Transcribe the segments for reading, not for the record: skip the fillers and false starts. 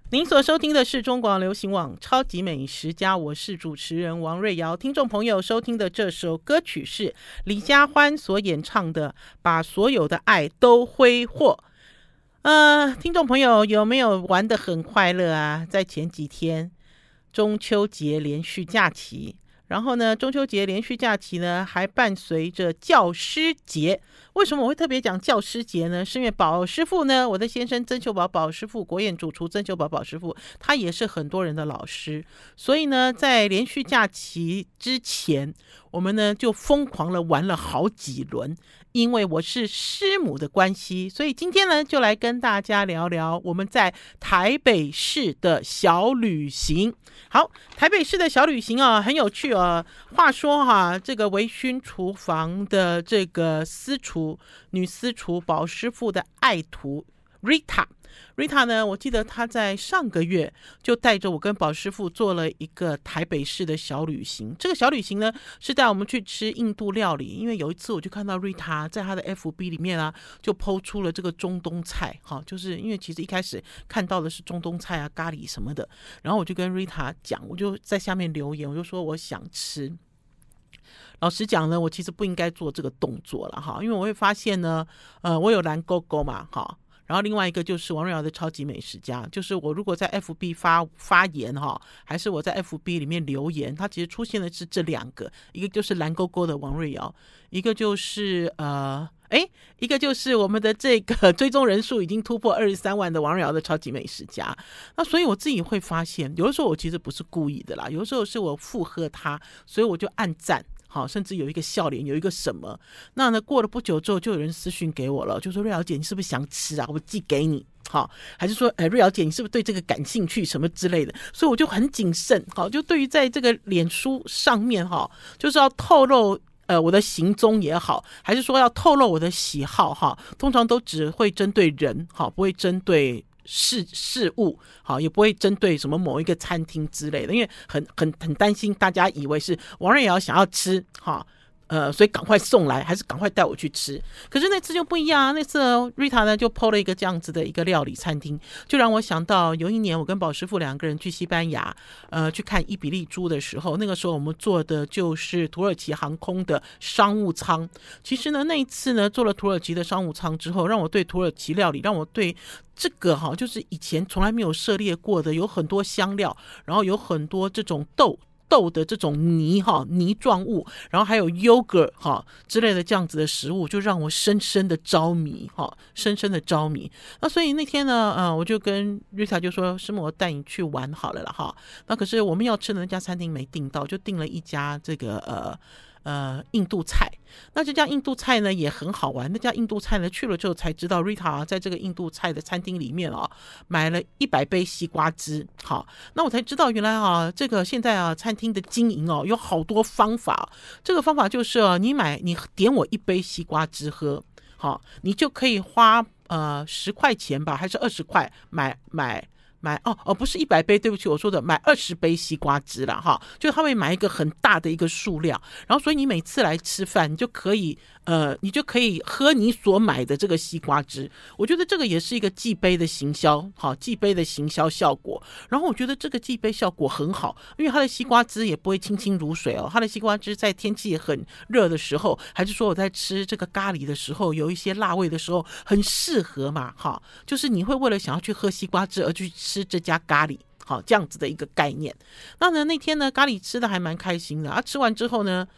您所收听的是中广流行网超级美食家，我是主持人王瑞瑶。听众朋友收听的这首歌曲是李佳欢所演唱的《把所有的爱都挥霍》。听众朋友有没有玩得很快乐啊？在前几天中秋节连续假期，然后呢，中秋节连续假期呢，还伴随着教师节。为什么我会特别讲教师节呢？是因为宝师傅呢，我的先生曾秀宝宝师傅，国宴主厨曾秀宝宝师傅，他也是很多人的老师。所以呢，在连续假期之前，我们呢就疯狂了玩了好几轮。因为我是师母的关系，所以今天呢就来跟大家聊聊我们在台北市的小旅行。好，台北市的小旅行啊，很有趣啊。话说哈，这个微醺厨房的这个女私厨宝师傅的爱徒 Rita 呢，我记得她在上个月就带着我跟宝师傅做了一个台北市的小旅行。这个小旅行呢，是带我们去吃印度料理。因为有一次我就看到 Rita 在她的 FB 里面啊，就 po 出了这个中东菜，就是因为其实一开始看到的是中东菜啊、咖喱什么的，然后我就跟 Rita 讲，我就在下面留言，我就说我想吃。老实讲呢，我其实不应该做这个动作了哈，因为我会发现呢，我有蓝勾勾嘛哈。然后另外一个就是王瑞瑶的超级美食家，就是我如果在 FB 发言哈，还是我在 FB 里面留言，它其实出现的是这两个，一个就是蓝勾勾的王瑞瑶，一个就是一个就是我们的这个追踪人数已经突破23万的王瑞瑶的超级美食家。那所以我自己会发现，有的时候我其实不是故意的啦，有的时候是我附和他，所以我就按赞。好，甚至有一个笑脸，有一个什么，那呢？过了不久之后，就有人私讯给我了，就说瑞瑶姐，你是不是想吃啊？我寄给你，好，还是说，瑞瑶姐，你是不是对这个感兴趣，什么之类的？所以我就很谨慎，好，就对于在这个脸书上面，哈，就是要透露。我的行踪也好，还是说要透露我的喜好哈，通常都只会针对人，好，不会针对事物，好，也不会针对什么某一个餐厅之类的，因为很担心大家以为是王瑞瑶想要吃哈。所以赶快送来，还是赶快带我去吃。可是那次就不一样啊，那次Rita 呢就 po 了一个这样子的一个料理餐厅，就让我想到有一年我跟宝师傅两个人去西班牙，去看伊比利猪的时候，那个时候我们坐的就是土耳其航空的商务舱。其实呢，那一次呢坐了土耳其的商务舱之后，让我对土耳其料理，让我对这个就是以前从来没有涉猎过的，有很多香料，然后有很多这种豆的这种泥状物，然后还有 yogurt 之类的这样子的食物，就让我深深的着迷。那所以那天呢，我就跟 Rita 就说，师母，我带你去玩好了啦哈。那可是我们要吃的那家餐厅没订到，就订了一家这个印度菜。那这家印度菜呢也很好玩，那家印度菜呢去了之后才知道 Rita 在这个印度菜的餐厅里面买了100杯西瓜汁。好，那我才知道原来这个现在餐厅的经营有好多方法。这个方法就是你点我1杯西瓜汁喝，好，你就可以花10块钱吧，还是20块买不是100杯，对不起，我说的买20杯西瓜汁啦哈，就他会买一个很大的一个数量，然后所以你每次来吃饭，你就可以喝你所买的这个西瓜汁。我觉得这个也是一个寄杯的行销，好，寄杯的行销效果。然后我觉得这个寄杯效果很好，因为它的西瓜汁也不会清清如水它的西瓜汁在天气很热的时候，还是说我在吃这个咖喱的时候，有一些辣味的时候，很适合嘛，哈，就是你会为了想要去喝西瓜汁而去吃这家咖喱。好，这样子的一个概念。那天呢，咖喱吃的还蛮开心的吃完之后呢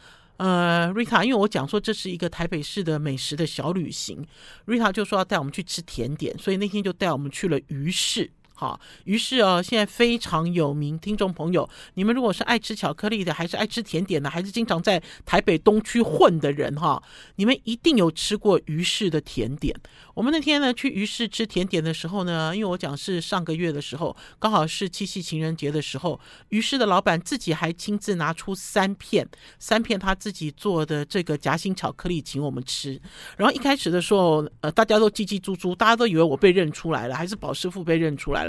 Rita 因为我讲说这是一个台北市的美食的小旅行， Rita 就说要带我们去吃甜点，所以那天就带我们去了鱼市。好，于是现在非常有名，听众朋友，你们如果是爱吃巧克力的，还是爱吃甜点的，还是经常在台北东区混的人你们一定有吃过鱼市的甜点。我们那天呢去鱼市吃甜点的时候呢，因为我讲是上个月的时候，刚好是七夕情人节的时候，鱼市的老板自己还亲自拿出3片他自己做的这个夹心巧克力请我们吃。然后一开始的时候大家都叽叽猪猪，大家都以为我被认出来了，还是宝师傅被认出来了。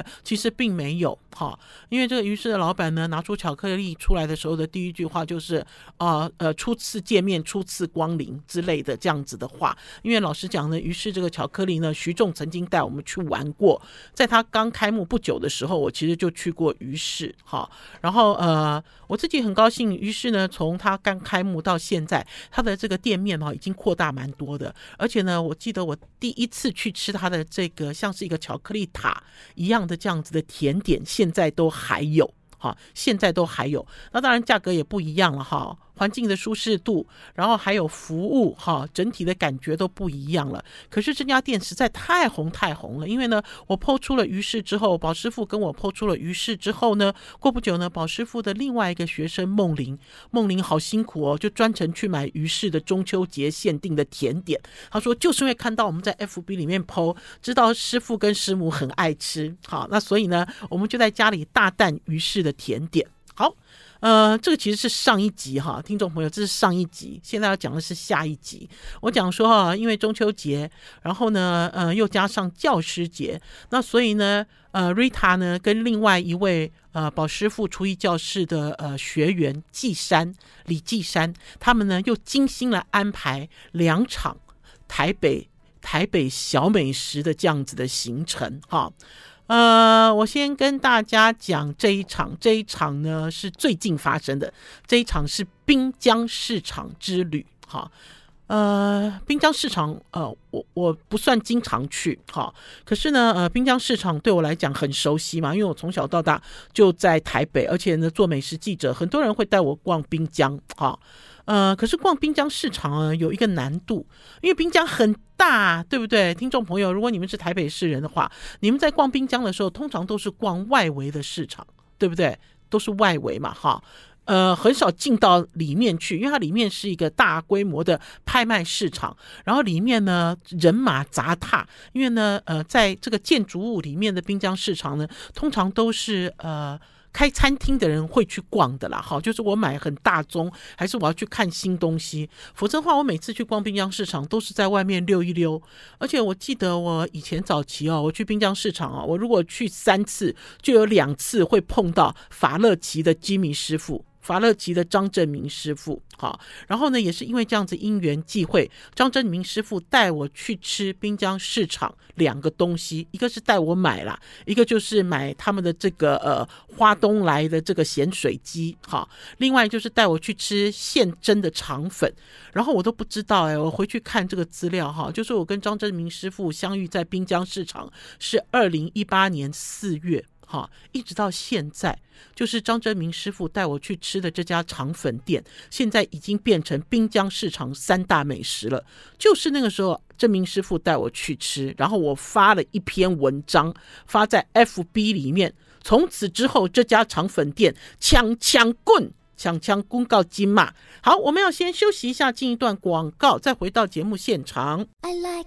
了，其实并没有因为这个鱼市的老板呢，拿出巧克力出来的时候的第一句话就是初次见面初次光临之类的这样子的话。因为老实讲呢，鱼市这个巧克力呢，徐仲曾经带我们去玩过，在他刚开幕不久的时候，我其实就去过鱼市然后我自己很高兴，鱼市呢从他刚开幕到现在，他的这个店面已经扩大蛮多的。而且呢，我记得我第一次去吃他的这个像是一个巧克力塔一样的这样子的甜点，现在都还有现在都还有。那当然价格也不一样了环境的舒适度，然后还有服务整体的感觉都不一样了。可是这家店实在太红了，因为呢，我 po 出了鱼市之后，宝师傅跟我 po 出了鱼市之后呢，过不久呢，宝师傅的另外一个学生梦玲好辛苦就专程去买鱼市的中秋节限定的甜点。他说就是因为看到我们在 FB 里面 po， 知道师傅跟师母很爱吃，那所以呢，我们就在家里大啖鱼市的甜点。好，这个其实是上一集听众朋友，这是上一集，现在要讲的是下一集。我讲说因为中秋节，然后呢又加上教师节，那所以呢Rita 呢跟另外一位宝师傅厨艺教室的学员李继山，他们呢又精心来安排2场台北小美食的这样子的行程我先跟大家讲这一场呢是最近发生的，这一场是滨江市场之旅滨江市场我不算经常去可是呢滨江市场对我来讲很熟悉嘛，因为我从小到大就在台北，而且呢做美食记者，很多人会带我逛滨江可是逛滨江市场有一个难度，因为滨江很大，对不对？听众朋友，如果你们是台北市人的话，你们在逛滨江的时候，通常都是逛外围的市场，对不对？都是外围嘛很少进到里面去，因为它里面是一个大规模的拍卖市场，然后里面呢人马杂沓，因为呢在这个建筑物里面的滨江市场呢，通常都是开餐厅的人会去逛的啦就是我买很大宗，还是我要去看新东西，否则的话我每次去逛滨江市场都是在外面溜一溜。而且我记得我以前早期我去滨江市场我如果去3次，就有2次会碰到法乐奇的吉米师傅，法乐奇的张正明师傅然后呢也是因为这样子因缘际会，张正明师傅带我去吃滨江市场2个东西，一个是带我买啦，一个就是买他们的这个花东来的这个咸水鸡另外就是带我去吃现蒸的肠粉。然后我都不知道我回去看这个资料就是我跟张正明师傅相遇在滨江市场是2018年4月一直到现在，就是张真明师傅带我去吃的这家肠粉店，现在已经变成滨江市场3大美食了。就是那个时候真明师傅带我去吃，然后我发了一篇文章发在 FB 里面，从此之后这家肠粉店抢棍告金嘛。好，我们要先休息一下，进一段广告，再回到节目现场。 I like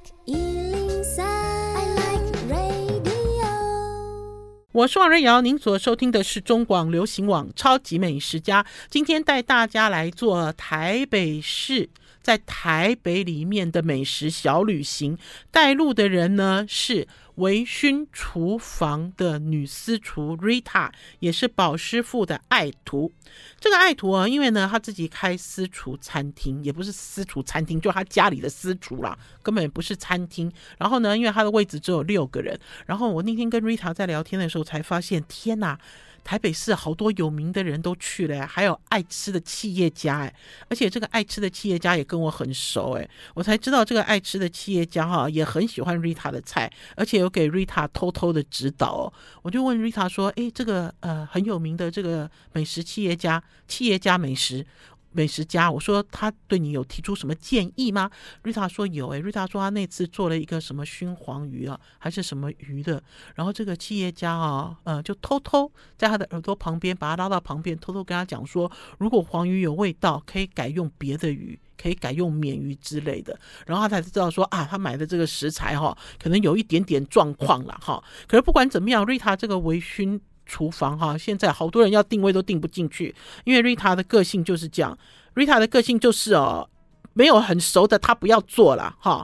103, I like radio。 我是王瑞瑶，您所收听的是中广流行网超级美食家，今天带大家来做台北市在台北里面的美食小旅行，带路的人呢是微醺厨房的女私厨 Rita， 也是宝师傅的爱徒。这个爱徒因为呢他自己开私厨餐厅，也不是私厨餐厅，就他家里的私厨啦，根本不是餐厅。然后呢因为他的位置只有6个人，然后我那天跟 Rita 在聊天的时候才发现，天哪，台北市好多有名的人都去了还有爱吃的企业家而且这个爱吃的企业家也跟我很熟我才知道这个爱吃的企业家也很喜欢 Rita 的菜，而且有给 Rita 偷偷的指导我就问 Rita 说这个很有名的这个美食企业家美食家，我说他对你有提出什么建议吗？ Rita 说有Rita 说他那次做了一个什么熏黄鱼还是什么鱼的，然后这个企业家就偷偷在他的耳朵旁边把他拉到旁边，偷偷跟他讲说，如果黄鱼有味道可以改用别的鱼，可以改用鲶鱼之类的。然后他才知道说他买的这个食材可能有一点点状况啦可是不管怎么样， Rita 这个微醺厨房现在好多人要定位都定不进去，因为 Rita 的个性就是这样， Rita 的个性就是没有很熟的他不要做啦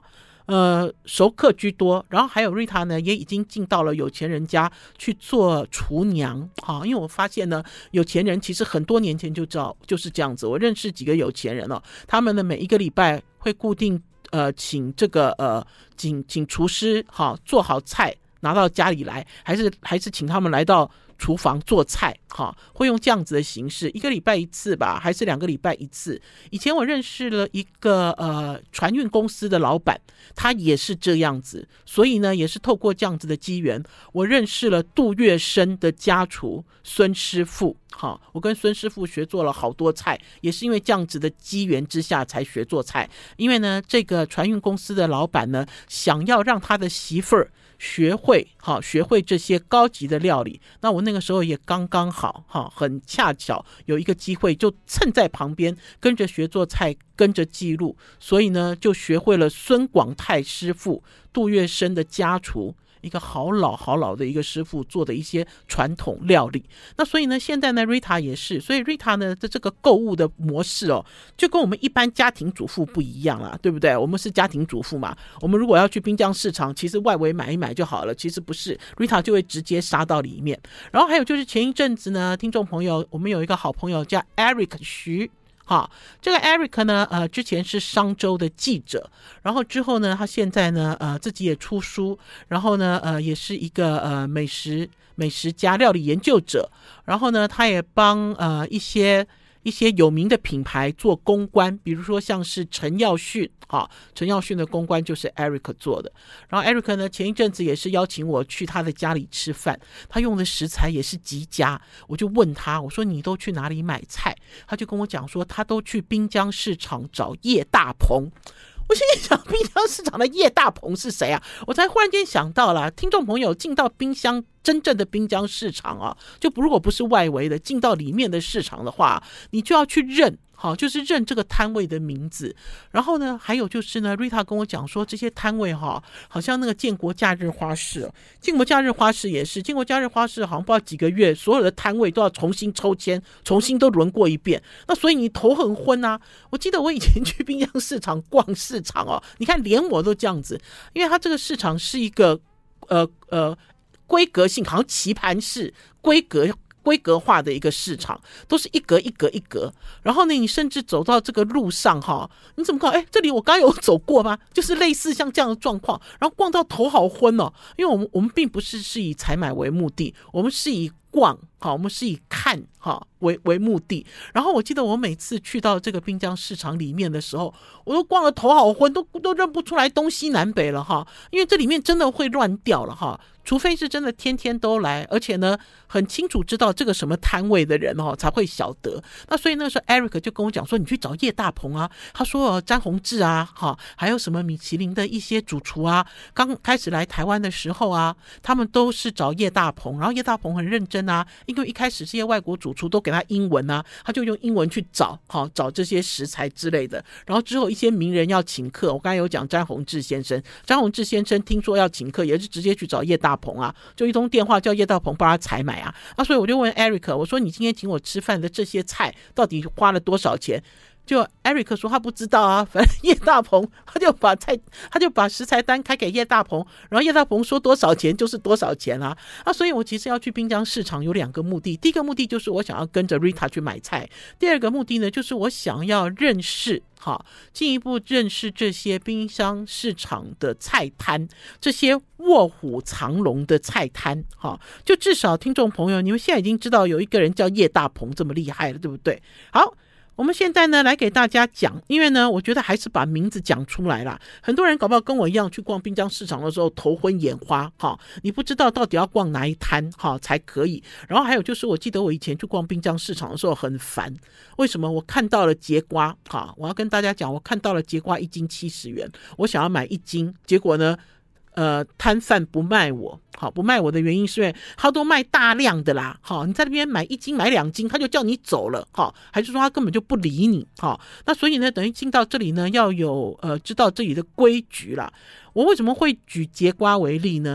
熟客居多，然后还有 Rita 呢也已经进到了有钱人家去做厨娘。好，因为我发现呢有钱人其实很多年前就知道就是这样子，我认识几个有钱人哦，他们呢每一个礼拜会固定请这个请厨师好做好菜拿到家里来，还是请他们来到厨房做菜，会用这样子的形式，一个礼拜一次吧，还是2个礼拜一次。以前我认识了一个船运公司的老板，他也是这样子，所以呢也是透过这样子的机缘，我认识了杜月笙的家厨孙师傅。我跟孙师傅学做了好多菜，也是因为这样子的机缘之下才学做菜。因为呢这个船运公司的老板呢想要让他的媳妇儿学会这些高级的料理，那我那个时候也刚刚好很恰巧有一个机会，就蹭在旁边跟着学做菜，跟着记录，所以呢就学会了孙广泰师傅杜月笙的家厨，一个好老的一个师傅做的一些传统料理。那所以呢现在呢 Rita 也是，所以 Rita 呢的这个购物的模式就跟我们一般家庭主妇不一样啦，对不对？我们是家庭主妇嘛，我们如果要去滨江市场，其实外围买一买就好了，其实不是， Rita 就会直接杀到里面。然后还有就是前一阵子呢，听众朋友，我们有一个好朋友叫 Eric 徐，这个 Eric 呢之前是商周的记者，然后之后呢他现在呢自己也出书，然后呢也是一个美食家料理研究者，然后呢他也帮一些有名的品牌做公关，比如说像是陈耀迅的公关就是 Eric 做的。然后 Eric 呢前一阵子也是邀请我去他的家里吃饭，他用的食材也是极佳，我就问他，我说你都去哪里买菜？他就跟我讲说他都去滨江市场找叶大鹏。我心里想，滨江市场的叶大鹏是谁啊？我才忽然间想到了，听众朋友进到真正的滨江市场就如果不是外围的，进到里面的市场的话，你就要去认，就是认这个摊位的名字。然后呢还有就是呢 Rita 跟我讲说，这些摊位好像那个建国假日花市也是，建国假日花市好像不知道几个月，所有的摊位都要重新抽签，重新都轮过一遍，那所以你头很昏啊。我记得我以前去滨江市场逛市场你看连我都这样子，因为它这个市场是一个规格性，好像棋盘式规格化的一个市场，都是一格一格一格。然后呢你甚至走到这个路上你怎么看这里我刚有走过吗？就是类似像这样的状况，然后逛到头好昏因为我们并不是以采买为目的，我们是以逛我们是以看为目的。然后我记得我每次去到这个滨江市场里面的时候，我都逛了头好昏，都认不出来东西南北了因为这里面真的会乱掉了除非是真的天天都来，而且呢很清楚知道这个什么摊位的人才会晓得。那所以那时候 Eric 就跟我讲说，你去找叶大鹏啊，他说詹宏志啊还有什么米其林的一些主厨啊，刚开始来台湾的时候啊，他们都是找叶大鹏，然后叶大鹏很认真啊，因为一开始这些外国主厨都给他英文啊，他就用英文去找这些食材之类的。然后之后一些名人要请客，我刚才有讲詹宏志先生听说要请客，也是直接去找叶大鹏啊，就一通电话叫叶大鹏帮他采买啊。所以我就问 Eric， 我说你今天请我吃饭的这些菜到底花了多少钱？就 Eric 说他不知道啊，反正叶大鹏他就把食材单开给叶大鹏，然后叶大鹏说多少钱就是多少钱啊。所以我其实要去滨江市场有2个目的，第一个目的就是我想要跟着 Rita 去买菜，第二个目的呢就是我想要认识进一步认识这些滨江市场的菜摊，这些卧虎藏龙的菜摊就至少听众朋友你们现在已经知道有一个人叫叶大鹏这么厉害了，对不对？好，我们现在呢来给大家讲，因为呢我觉得还是把名字讲出来啦。很多人搞不好跟我一样去逛滨江市场的时候头昏眼花你不知道到底要逛哪一摊才可以。然后还有就是我记得我以前去逛滨江市场的时候很烦，为什么？我看到了节瓜我要跟大家讲，我看到了节瓜1斤70元，我想要买1斤，结果呢摊贩不卖我的原因是因为他都卖大量的啦你在那边买1斤买2斤他就叫你走了还是说他根本就不理你那所以呢等于进到这里呢要有知道这里的规矩啦。我为什么会举节瓜为例呢？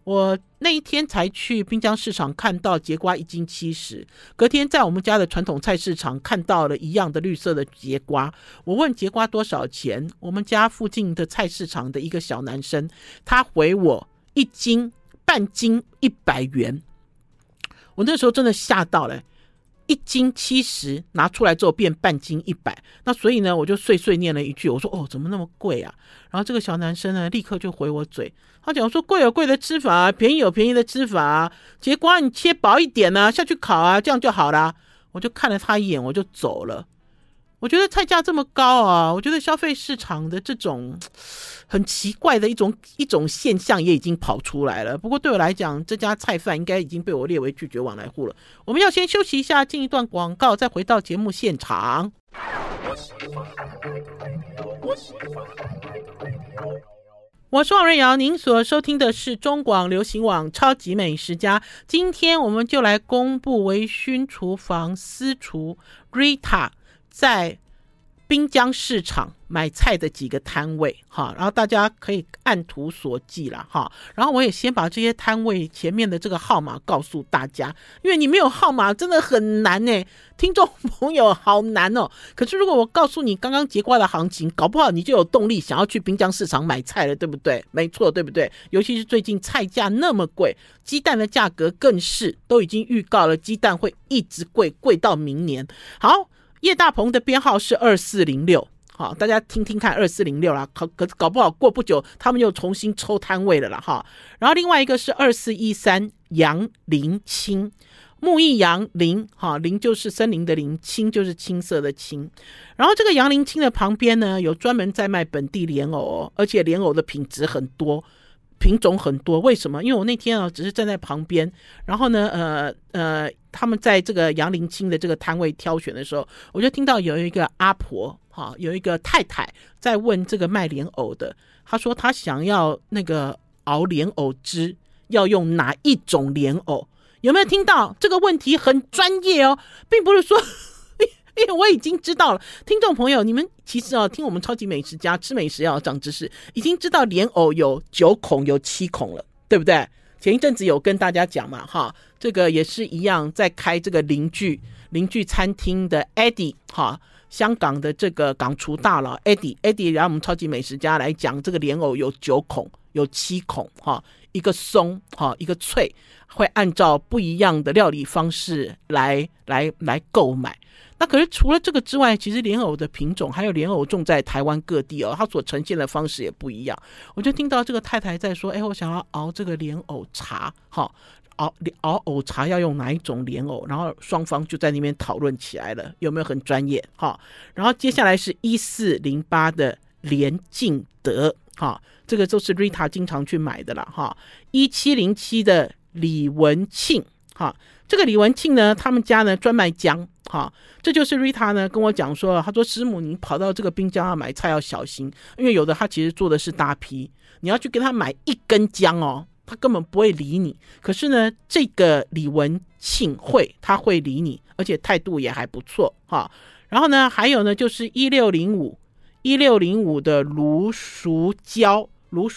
我那一天才去滨江市场看到节瓜1斤70，隔天在我们家的传统菜市场看到了一样的绿色的节瓜。我问节瓜多少钱，我们家附近的菜市场的一个小男生，他回我半斤100元。我那时候真的吓到了，1斤70拿出来之后变半斤100，那所以呢我就碎碎念了一句，我说怎么那么贵啊？然后这个小男生呢立刻就回我嘴，他讲说贵有贵的吃法啊，便宜有便宜的吃法啊，节瓜你切薄一点啊，下去烤啊，这样就好啦。我就看了他一眼我就走了。我觉得菜价这么高啊，我觉得消费市场的这种很奇怪的一种现象也已经跑出来了。不过对我来讲，这家菜贩应该已经被我列为拒绝往来户了。我们要先休息一下，进一段广告，再回到节目现场。我是王瑞瑶，您所收听的是中广流行网超级美食家。今天我们就来公布微醺厨房私厨 Rita 在滨江市场买菜的几个摊位，然后大家可以按图索骥啦，然后我也先把这些摊位前面的这个号码告诉大家，因为你没有号码真的很难耶，听众朋友好难哦。可是如果我告诉你刚刚节瓜的行情，搞不好你就有动力想要去滨江市场买菜了，对不对？没错，对不对？尤其是最近菜价那么贵，鸡蛋的价格更是都已经预告了，鸡蛋会一直贵到明年。好，叶大鹏的编号是2406，好，大家听听看2406啦，可搞不好过不久他们又重新抽摊位了啦哈。然后另外一个是2413杨林青，木易杨林，林就是森林的林，青就是青色的青。然后这个杨林青的旁边呢，有专门在卖本地莲藕，而且莲藕的品质很多，品种很多。为什么？因为我那天只是站在旁边，然后呢他们在这个杨林青的这个摊位挑选的时候，我就听到有一个阿婆，有一个太太在问这个卖莲藕的，她说她想要那个熬莲藕汁要用哪一种莲藕。有没有听到这个问题很专业哦，并不是说因为我已经知道了，听众朋友你们其实听我们超级美食家吃美食要长知识，已经知道莲藕有9孔有7孔了，对不对？前一阵子有跟大家讲嘛，这个也是一样，在开这个邻居餐厅的 Eddie， 香港的这个港厨大佬 Eddie 让我们超级美食家来讲，这个莲藕有9孔有7孔，一个松一个脆，会按照不一样的料理方式来购买。那可是除了这个之外，其实莲藕的品种还有莲藕种在台湾各地它所呈现的方式也不一样。我就听到这个太太在说，我想要熬这个莲藕茶，熬藕茶要用哪一种莲藕，然后双方就在那边讨论起来了，有没有很专业？然后接下来是1408的连敬德，这个都是 Rita 经常去买的啦，1707的李文庆，这个李文庆呢，他们家呢专卖姜，这就是 Rita 呢跟我讲说，他说师母你跑到这个滨江买菜要小心，因为有的他其实做的是大批，你要去跟他买1根姜他根本不会理你。可是呢，这个李文庆他会理你，而且态度也还不错然后呢，还有呢就是1605的芦熟椒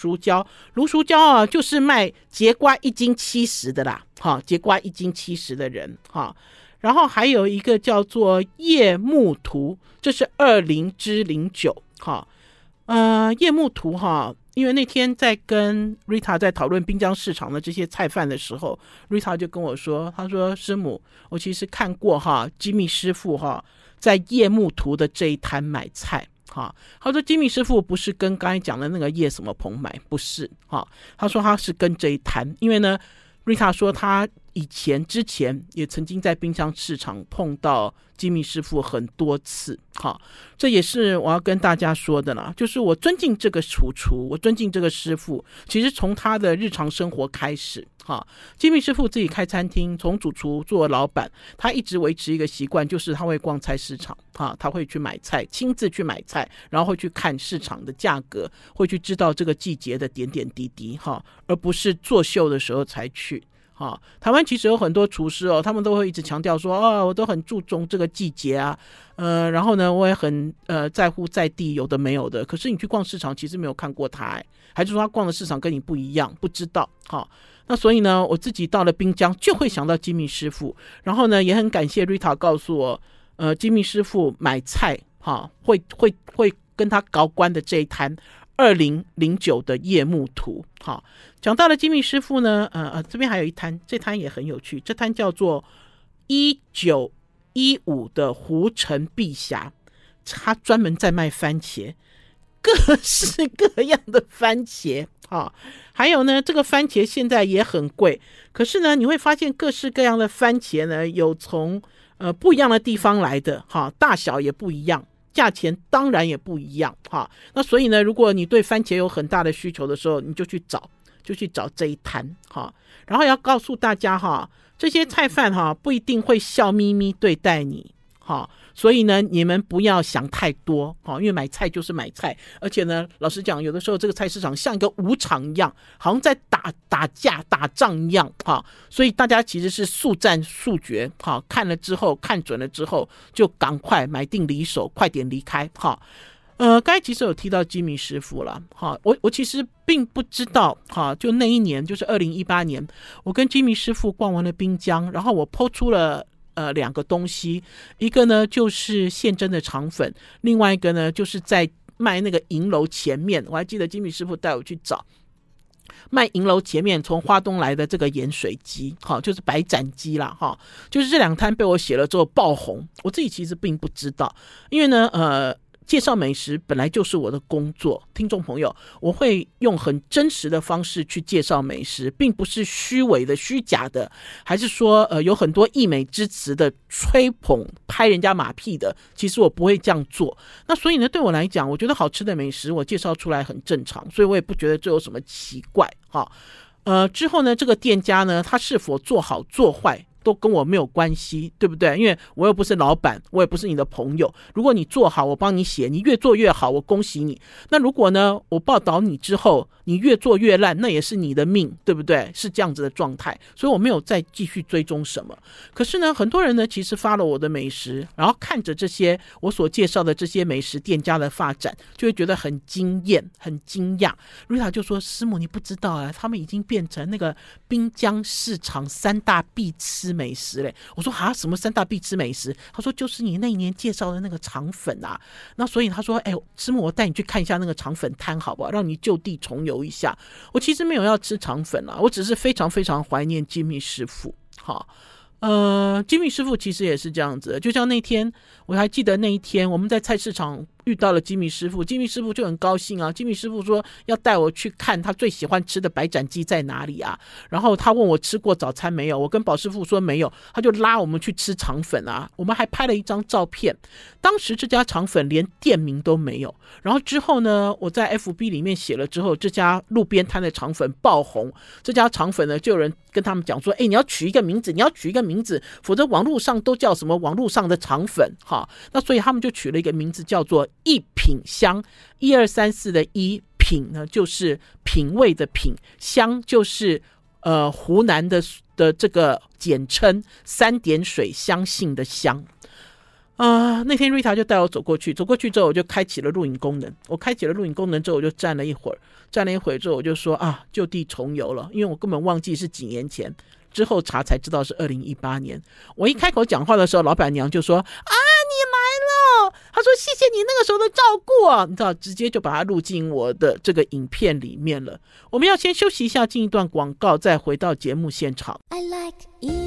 就是卖节瓜1斤70的啦，节瓜1斤70的人然后还有一个叫做叶木图，这是20-09叶木图因为那天在跟 Rita 在讨论滨江市场的这些菜贩的时候， Rita 就跟我说，他说师母，我其实看过吉米师傅在叶木图的这一摊买菜他说吉米师傅不是跟刚才讲的那个叶什么棚买，不是他说他是跟这一摊，因为呢 Rita 说他之前也曾经在滨江市场碰到吉米师傅很多次这也是我要跟大家说的啦，就是我尊敬这个厨，我尊敬这个师傅，其实从他的日常生活开始吉米师傅自己开餐厅，从主厨做老板，他一直维持一个习惯，就是他会逛菜市场他会去买菜，亲自去买菜，然后会去看市场的价格，会去知道这个季节的点点滴滴而不是作秀的时候才去台湾其实有很多厨师他们都会一直强调说我都很注重这个季节啊，然后呢我也很在乎在地有的没有的，可是你去逛市场其实没有看过他还是说他逛的市场跟你不一样，不知道那所以呢，我自己到了滨江就会想到吉米师傅，然后呢，也很感谢 Rita 告诉我，吉米师傅买菜会跟他搞关的这一摊2009的夜幕图。好，讲到了吉米师傅呢，这边还有一摊，这摊也很有趣，这摊叫做1915的湖城碧霞，他专门在卖番茄，各式各样的番茄。还有呢，这个番茄现在也很贵，可是呢，你会发现各式各样的番茄呢，有从不一样的地方来的，大小也不一样，价钱当然也不一样。那所以呢，如果你对番茄有很大的需求的时候，你就去找这一摊。然后要告诉大家这些菜贩不一定会笑眯眯对待你。所以呢，你们不要想太多，因为买菜就是买菜，而且呢，老实讲，有的时候这个菜市场像一个武场一样，好像在打架打仗一样，所以大家其实是速战速决，看了之后，看准了之后，就赶快买定离手，快点离开。刚才其实有提到吉米师傅了，我其实并不知道，就那一年就是2018年，我跟吉米师傅逛完了滨江，然后我po出了2个东西，一个呢就是现蒸的肠粉，另外一个呢就是在卖那个银楼前面，我还记得吉米师傅带我去找卖银楼前面从花东来的这个盐水鸡，就是白斩鸡啦，就是这2摊被我写了之后爆红，我自己其实并不知道，因为呢介绍美食本来就是我的工作，听众朋友，我会用很真实的方式去介绍美食，并不是虚伪的虚假的，还是说有很多溢美之词的吹捧拍人家马屁的，其实我不会这样做。那所以呢，对我来讲，我觉得好吃的美食我介绍出来很正常，所以我也不觉得这有什么奇怪。之后呢，这个店家呢，他是否做好做坏都跟我没有关系，对不对？因为我又不是老板，我也不是你的朋友。如果你做好，我帮你写，你越做越好，我恭喜你。那如果呢，我报道你之后，你越做越烂，那也是你的命，对不对？是这样子的状态，所以我没有再继续追踪什么。可是呢，很多人呢，其实发了我的美食，然后看着这些我所介绍的这些美食店家的发展，就会觉得很惊艳，很惊讶。瑞塔就说：“师母，你不知道啊，他们已经变成那个滨江市场3大必吃美食嘞。”我说：“什么3大必吃美食？”他说：“就是你那一年介绍的那个肠粉啊。”那所以他说：“师母，我带你去看一下那个肠粉摊好不好？让你就地重游一下。”我其实没有要吃肠粉啦，我只是非常非常怀念吉米师傅。吉米师傅其实也是这样子的，就像那天我还记得那一天我们在菜市场遇到了吉米师傅，吉米师傅就很高兴啊。吉米师傅说要带我去看他最喜欢吃的白斩鸡在哪里啊，然后他问我吃过早餐没有，我跟宝师傅说没有，他就拉我们去吃肠粉啊。我们还拍了一张照片，当时这家肠粉连店名都没有，然后之后呢，我在 FB 里面写了之后，这家路边摊的肠粉爆红，这家肠粉呢就有人跟他们讲说，你要取一个名字，你要取一个名字，否则网络上都叫什么网络上的肠粉。那所以他们就取了一个名字叫做一品香，1、2、3、4的一品呢，就是品味的品，香就是湖南的这个简称3点水相信的香。那天瑞塔就带我走过去之后我就开启了录影功能，我开启了录影功能之后我就站了一会儿之后我就说就地重游了，因为我根本忘记是几年前，之后查才知道是2018年。我一开口讲话的时候，老板娘就说你来了，她说谢谢你那个时候的照顾你知道，直接就把它录进我的这个影片里面了。我们要先休息一下，进一段广告，再回到节目现场。 I like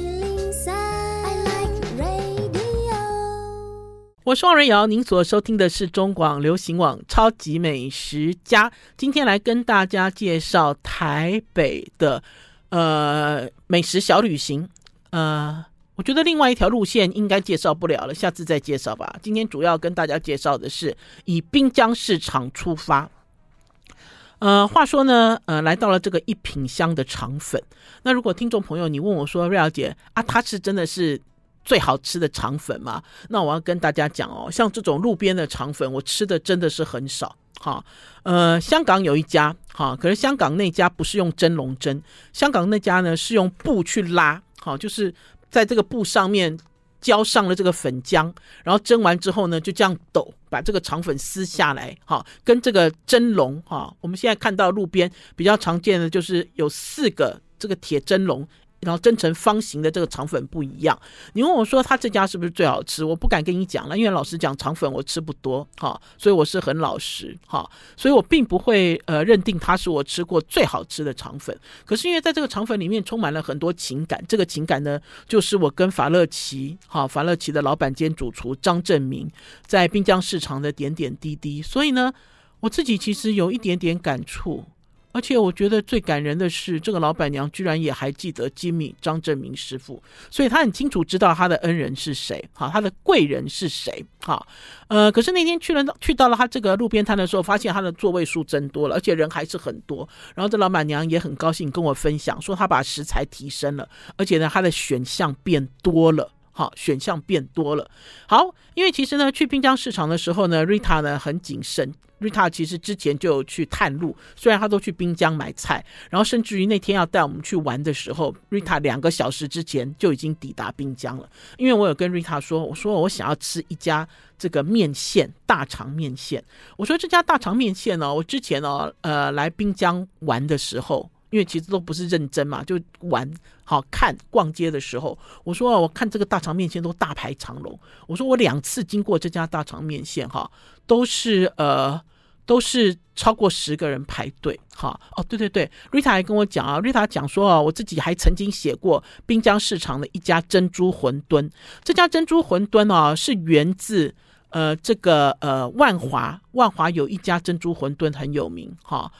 103, I like radio. 我是王瑞瑶，您所收听的是中广流行网超级美食家，今天来跟大家介绍台北的美食小旅行。我觉得另外一条路线应该介绍不了了，下次再介绍吧。今天主要跟大家介绍的是以滨江市场出发。话说呢，来到了这个一品香的肠粉。那如果听众朋友你问我说，瑞瑶姐它是真的是最好吃的肠粉吗？那我要跟大家讲像这种路边的肠粉，我吃的真的是很少。香港有一家，可是香港那家不是用蒸笼蒸，香港那家呢是用布去拉，就是在这个布上面浇上了这个粉浆，然后蒸完之后呢就这样抖，把这个肠粉撕下来，跟这个蒸笼，我们现在看到路边比较常见的就是有4个这个铁蒸笼然后蒸成方形的这个肠粉不一样。你问我说他这家是不是最好吃，我不敢跟你讲了，因为老实讲肠粉我吃不多所以我是很老实所以我并不会认定它是我吃过最好吃的肠粉。可是因为在这个肠粉里面充满了很多情感，这个情感呢就是我跟法乐奇的老板兼主厨张正明在滨江市场的点点滴滴，所以呢我自己其实有一点点感触。而且我觉得最感人的是，这个老板娘居然也还记得吉米张正明师傅，所以她很清楚知道她的恩人是谁，她的贵人是谁。可是那天去到了他这个路边摊的时候，发现他的座位数增多了，而且人还是很多。然后这老板娘也很高兴跟我分享，说她把食材提升了，而且呢，她的选项变多了。选项变多了。好，因为其实呢，去滨江市场的时候呢 ，Rita 呢很谨慎。Rita 其实之前就有去探路，虽然她都去滨江买菜，然后甚至于那天要带我们去玩的时候 ，Rita 2个小时之前就已经抵达滨江了。因为我有跟 Rita 说，我说我想要吃一家这个面线，大肠面线。我说这家大肠面线呢，我之前来滨江玩的时候。因为其实都不是认真嘛，就玩看逛街的时候，我说我看这个大肠面线都大排长龙。我说我2次经过这家大肠面线都是超过10个人排队对 Rita 还跟我讲Rita 讲说我自己还曾经写过滨江市场的一家珍珠馄饨。这家珍珠馄饨是源自这个万华有一家珍珠馄饨很有名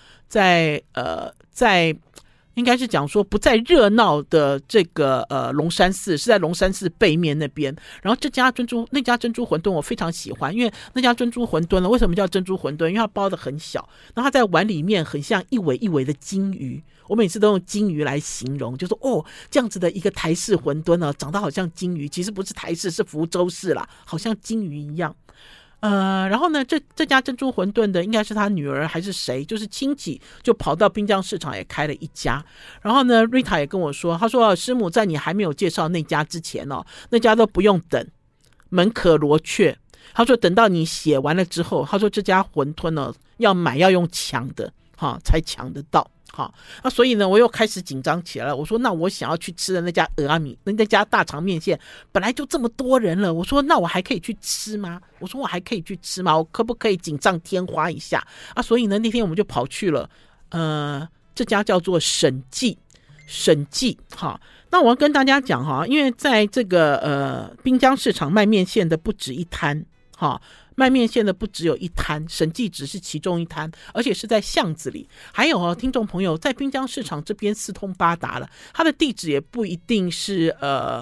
在应该是讲说不在热闹的这个龙山寺，是在龙山寺背面那边。然后那家珍珠馄饨我非常喜欢，因为那家珍珠馄饨呢，为什么叫珍珠馄饨？因为它包的很小，然后它在碗里面很像一尾一尾的金鱼。我每次都用金鱼来形容，就说这样子的一个台式馄饨呢，长得好像金鱼，其实不是台式，是福州式啦，好像金鱼一样。然后呢，这家珍珠馄饨的应该是他女儿还是谁，就是亲戚就跑到滨江市场也开了一家。然后呢 Rita 也跟我说，他说师母在你还没有介绍那家之前那家都不用等，门可罗雀。他说等到你写完了之后，他说这家馄饨呢要买要用抢的才抢得到。所以呢我又开始紧张起来了。我说那我想要去吃的那家蚵仔米，那家大肠面线本来就这么多人了，我说那我还可以去吃吗？我可不可以锦上添花一下所以呢那天我们就跑去了这家叫做审计那我要跟大家讲因为在这个滨江市场卖面线的不止一摊卖面线的不只有一摊，审计只是其中一摊，而且是在巷子里。还有听众朋友，在滨江市场这边四通八达了，它的地址也不一定是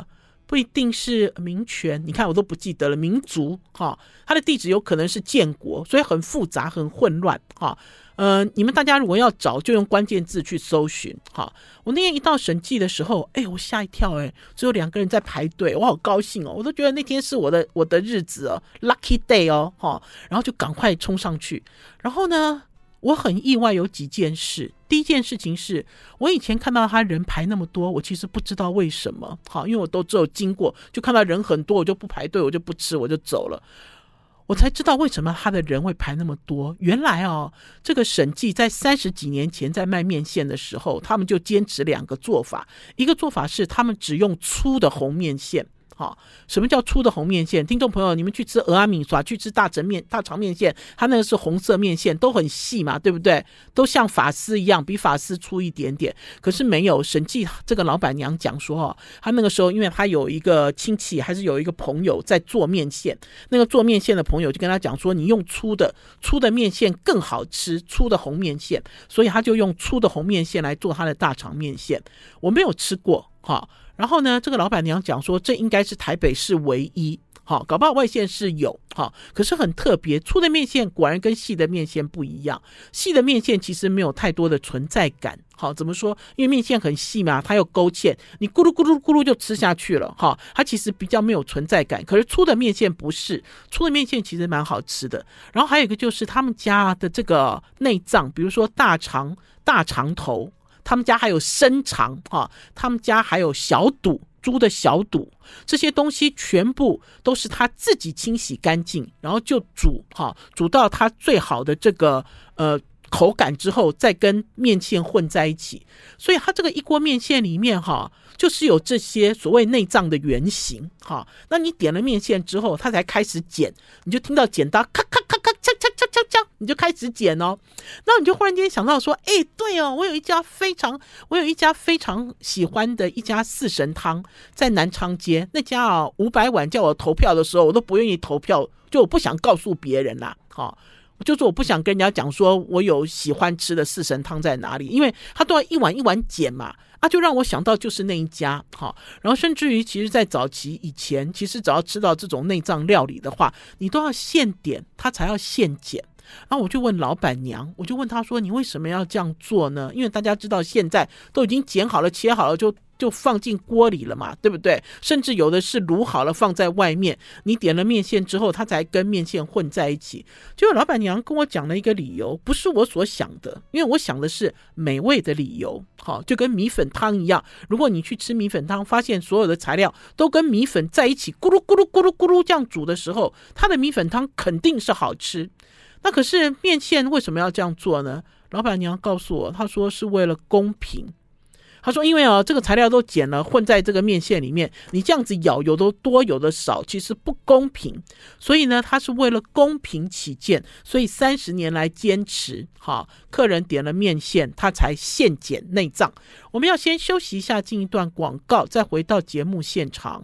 民权，你看我都不记得了，民族它的地址有可能是建国，所以很复杂很混乱你们大家如果要找就用关键字去搜寻我那天一到审计的时候我吓一跳只有2个人在排队，我好高兴我都觉得那天是我的日子lucky day 然后就赶快冲上去。然后呢我很意外有几件事。第一件事情是我以前看到他人排那么多，我其实不知道为什么因为我都只有经过就看到人很多，我就不排队，我就不吃，我就走了。我才知道为什么他的人会排那么多。原来这个审计在30几年前在卖面线的时候，他们就坚持2个做法。一个做法是他们只用粗的红面线什么叫粗的红面线？听众朋友，你们去吃蚵仔米耍，去吃大肠面线，它那个是红色面线，都很细嘛，对不对？都像发丝一样，比发丝粗一点点。可是没有，审计这个老板娘讲说他那个时候因为他有一个亲戚还是有一个朋友在做面线，那个做面线的朋友就跟他讲说，你用粗的面线更好吃，粗的红面线，所以他就用粗的红面线来做他的大肠面线。我没有吃过然后呢这个老板娘讲说这应该是台北市唯一搞不好外县市有可是很特别，粗的面线果然跟细的面线不一样。细的面线其实没有太多的存在感怎么说？因为面线很细嘛，它有勾芡，你咕噜咕噜咕噜就吃下去了它其实比较没有存在感。可是粗的面线不是，粗的面线其实蛮好吃的。然后还有一个就是他们家的这个内脏，比如说大肠头，他们家还有生肠他们家还有小肚，猪的小肚，这些东西全部都是他自己清洗干净，然后就煮到他最好的这个口感之后再跟面线混在一起，所以它这个一锅面线里面就是有这些所谓内脏的原型那你点了面线之后，它才开始剪，你就听到剪刀咔咔咔咔敲敲敲敲敲，你就开始剪那你就忽然间想到说，对哦，我有一家非常喜欢的一家四神汤在南昌街，那家500碗叫我投票的时候，我都不愿意投票，就我不想告诉别人啦就是我不想跟人家讲说我有喜欢吃的四神汤在哪里，因为他都要一碗一碗剪嘛就让我想到就是那一家然后甚至于其实在早期以前，其实只要吃到这种内脏料理的话，你都要现点，他才要现剪。然后我就问老板娘，我就问她说，你为什么要这样做呢？因为大家知道现在都已经剪好了切好了就放进锅里了嘛，对不对？甚至有的是卤好了放在外面，你点了面线之后它才跟面线混在一起。结果老板娘跟我讲了一个理由，不是我所想的，因为我想的是美味的理由就跟米粉汤一样，如果你去吃米粉汤，发现所有的材料都跟米粉在一起咕噜咕噜咕噜咕噜这样煮的时候，它的米粉汤肯定是好吃。那可是面线为什么要这样做呢？老板娘告诉我，她说是为了公平。他说因为这个材料都剪了混在这个面线里面，你这样子舀有的多有的少，其实不公平，所以呢他是为了公平起见，所以30年来坚持客人点了面线他才现剪内脏。我们要先休息一下，进一段广告，再回到节目现场。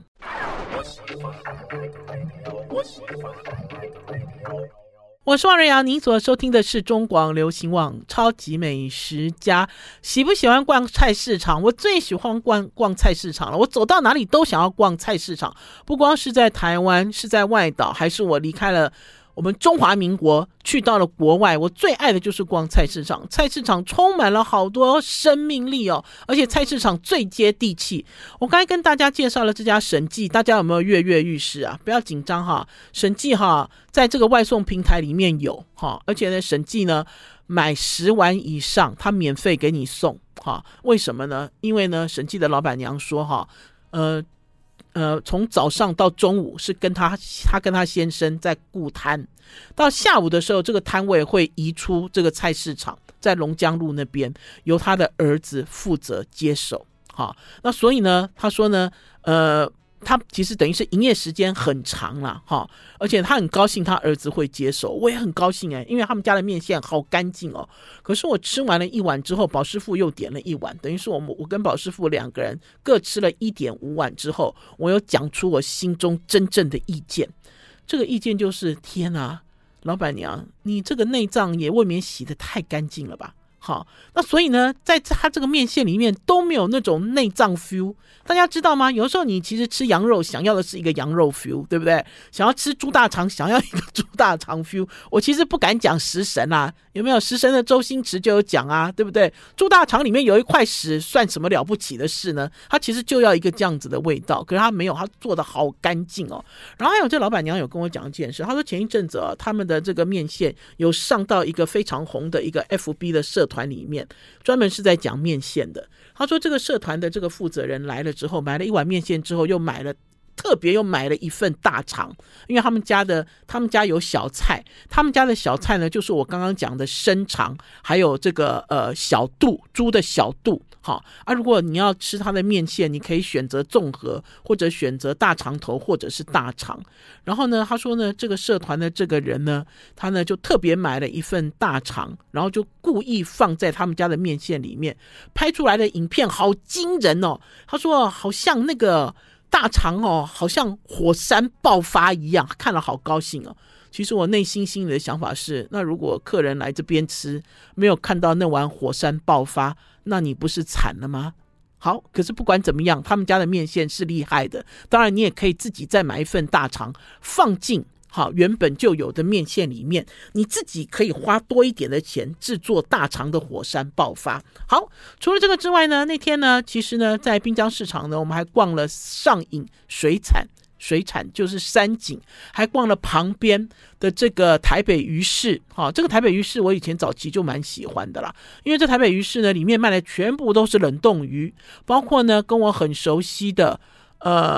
我是王瑞瑶，您所收听的是中广流行网超级美食家。喜不喜欢逛菜市场？我最喜欢逛菜市场了，我走到哪里都想要逛菜市场，不光是在台湾，是在外岛，还是我离开了我们中华民国去到了国外，我最爱的就是逛菜市场。菜市场充满了好多生命力而且菜市场最接地气。我刚才跟大家介绍了这家审计，大家有没有跃跃欲试啊？不要紧张审计在这个外送平台里面有而且呢审计呢买10碗以上他免费给你送为什么呢？因为呢审计的老板娘说从早上到中午是跟他跟他先生在顾摊，到下午的时候这个摊位会移出这个菜市场，在龙江路那边由他的儿子负责接手那所以呢他说呢他其实等于是营业时间很长啦而且他很高兴他儿子会接手，我也很高兴因为他们家的面线好干净可是我吃完了1碗之后，宝师傅又点了1碗，等于是我跟宝师傅2个人各吃了 1.5 碗之后，我有讲出我心中真正的意见。这个意见就是天啊，老板娘你这个内脏也未免洗得太干净了吧那所以呢在它这个面线里面都没有那种内脏 feel。 大家知道吗？有时候你其实吃羊肉想要的是一个羊肉 feel， 对不对？想要吃猪大肠想要一个猪大肠 feel。 我其实不敢讲食神有没有？食神的周星驰就有讲对不对？猪大肠里面有一块屎算什么了不起的事呢？它其实就要一个这样子的味道，可是它没有，它做的好干净然后还有这老板娘有跟我讲一件事，她说前一阵子他们的这个面线有上到一个非常红的一个 FB 的社团里面，专门是在讲面线的。他说这个社团的这个负责人来了之后，买了1碗面线之后，特别又买了一份大肠，因为他们家有小菜，他们家的小菜呢就是我刚刚讲的生肠，还有这个小肚，猪的小肚如果你要吃它的面线，你可以选择综合，或者选择大肠头，或者是大肠。然后呢他说呢这个社团的这个人呢，他呢就特别买了一份大肠，然后就故意放在他们家的面线里面，拍出来的影片好惊人他说好像那个大肠好像火山爆发一样，看了好高兴其实我内心心里的想法是，那如果客人来这边吃没有看到那碗火山爆发，那你不是惨了吗？好，可是不管怎么样，他们家的面线是厉害的。当然你也可以自己再买一份大肠放进原本就有的面线里面，你自己可以花多一点的钱制作大肠的火山爆发。好，除了这个之外呢，那天呢其实呢在滨江市场呢，我们还逛了上引水产就是山景，还逛了旁边的这个台北鱼市这个台北鱼市我以前早期就蛮喜欢的啦，因为这台北鱼市呢里面卖的全部都是冷冻鱼，包括呢跟我很熟悉的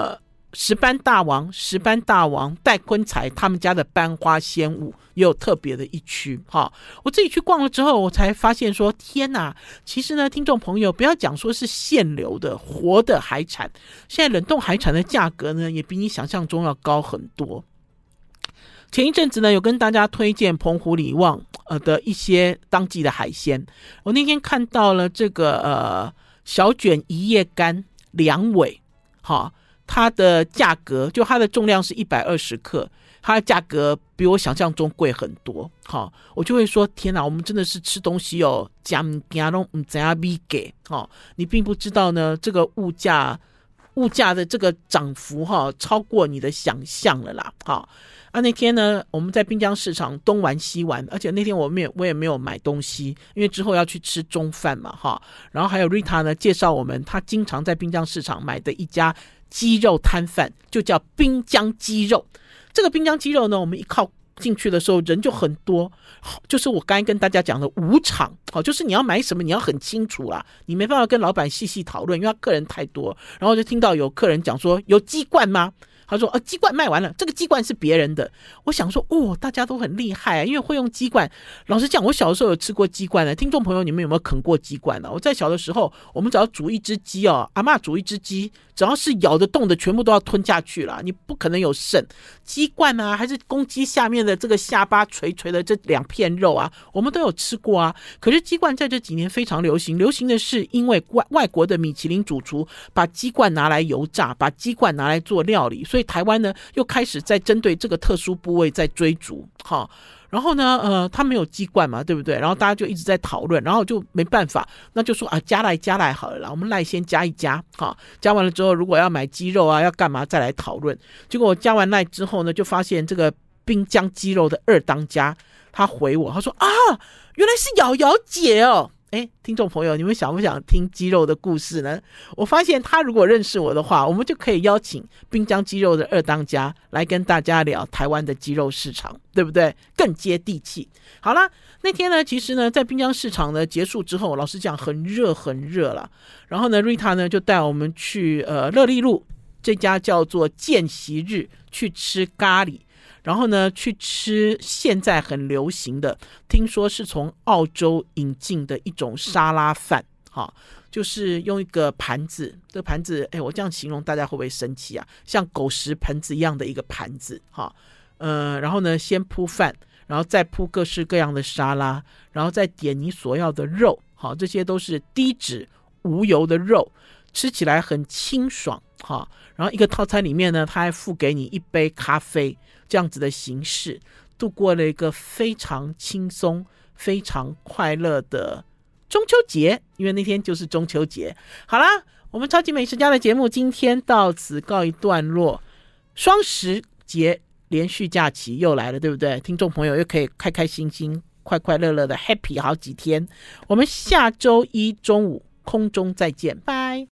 石斑大王戴坤才他们家的班花仙舞也有特别的一区哈。我自己去逛了之后，我才发现说，天哪！其实呢，听众朋友不要讲说是现流的活的海产，现在冷冻海产的价格呢，也比你想象中要高很多。前一阵子呢，有跟大家推荐澎湖里旺的一些当季的海鲜。我那天看到了这个小卷一叶干两尾，哈，它的价格就它的重量是120克，它的价格比我想象中贵很多。好，我就会说天哪，我们真的是吃东西哦，加物件都不知道比给，你并不知道呢，这个物价的这个涨幅超过你的想象了啦。那天呢，我们在滨江市场东玩西玩，而且那天我也没有买东西，因为之后要去吃中饭嘛然后还有 Rita 呢介绍我们，她经常在滨江市场买的一家鸡肉摊贩，就叫滨江鸡肉。这个滨江鸡肉呢，我们一靠进去的时候人就很多，就是我刚才跟大家讲的五场，就是你要买什么你要很清楚啦，你没办法跟老板细细讨论，因为他客人太多。然后就听到有客人讲说，有鸡冠吗？他说鸡冠卖完了，这个鸡冠是别人的。我想说大家都很厉害因为会用鸡冠。老实讲，我小的时候有吃过鸡冠的，听众朋友你们有没有啃过鸡冠呢？我在小的时候，我们只要煮一只鸡阿嬷煮一只鸡，只要是咬得动的全部都要吞下去了，你不可能有剩。鸡冠啊，还是公鸡下面的这个下巴垂垂的这2片肉啊，我们都有吃过啊。可是鸡冠在这几年非常流行的是因为外国的米其林主厨把鸡冠拿来油炸，把鸡冠拿来做料理，所以台湾呢又开始在针对这个特殊部位在追逐然后呢他没有鸡冠嘛，对不对？然后大家就一直在讨论，然后就没办法，那就说加来好了啦，我们赖先加一加加完了之后，如果要买鸡肉要干嘛再来讨论。结果我加完赖之后呢，就发现这个滨江鸡肉的二当家他回我，他说原来是瑶瑶姐哦。听众朋友，你们想不想听鸡肉的故事呢？我发现他如果认识我的话，我们就可以邀请滨江鸡肉的二当家来跟大家聊台湾的鸡肉市场，对不对？更接地气。好啦，那天呢，其实呢，在滨江市场呢结束之后，老实讲很热了。然后呢 Rita 呢就带我们去乐利路这家叫做见习日去吃咖喱。然后呢，去吃现在很流行的，听说是从澳洲引进的一种沙拉饭，就是用一个盘子，这个盘子，我这样形容大家会不会生气啊？像狗食盆子一样的一个盘子，然后呢，先铺饭，然后再铺各式各样的沙拉，然后再点你所要的肉，这些都是低脂无油的肉，吃起来很清爽，然后一个套餐里面呢，它还附给你一杯咖啡。这样子的形式度过了一个非常轻松非常快乐的中秋节，因为那天就是中秋节。好啦，我们超级美食家的节目今天到此告一段落。双十节连续假期又来了，对不对？听众朋友又可以开开心心快快乐乐的 happy 好几天。我们下周一中午空中再见，拜。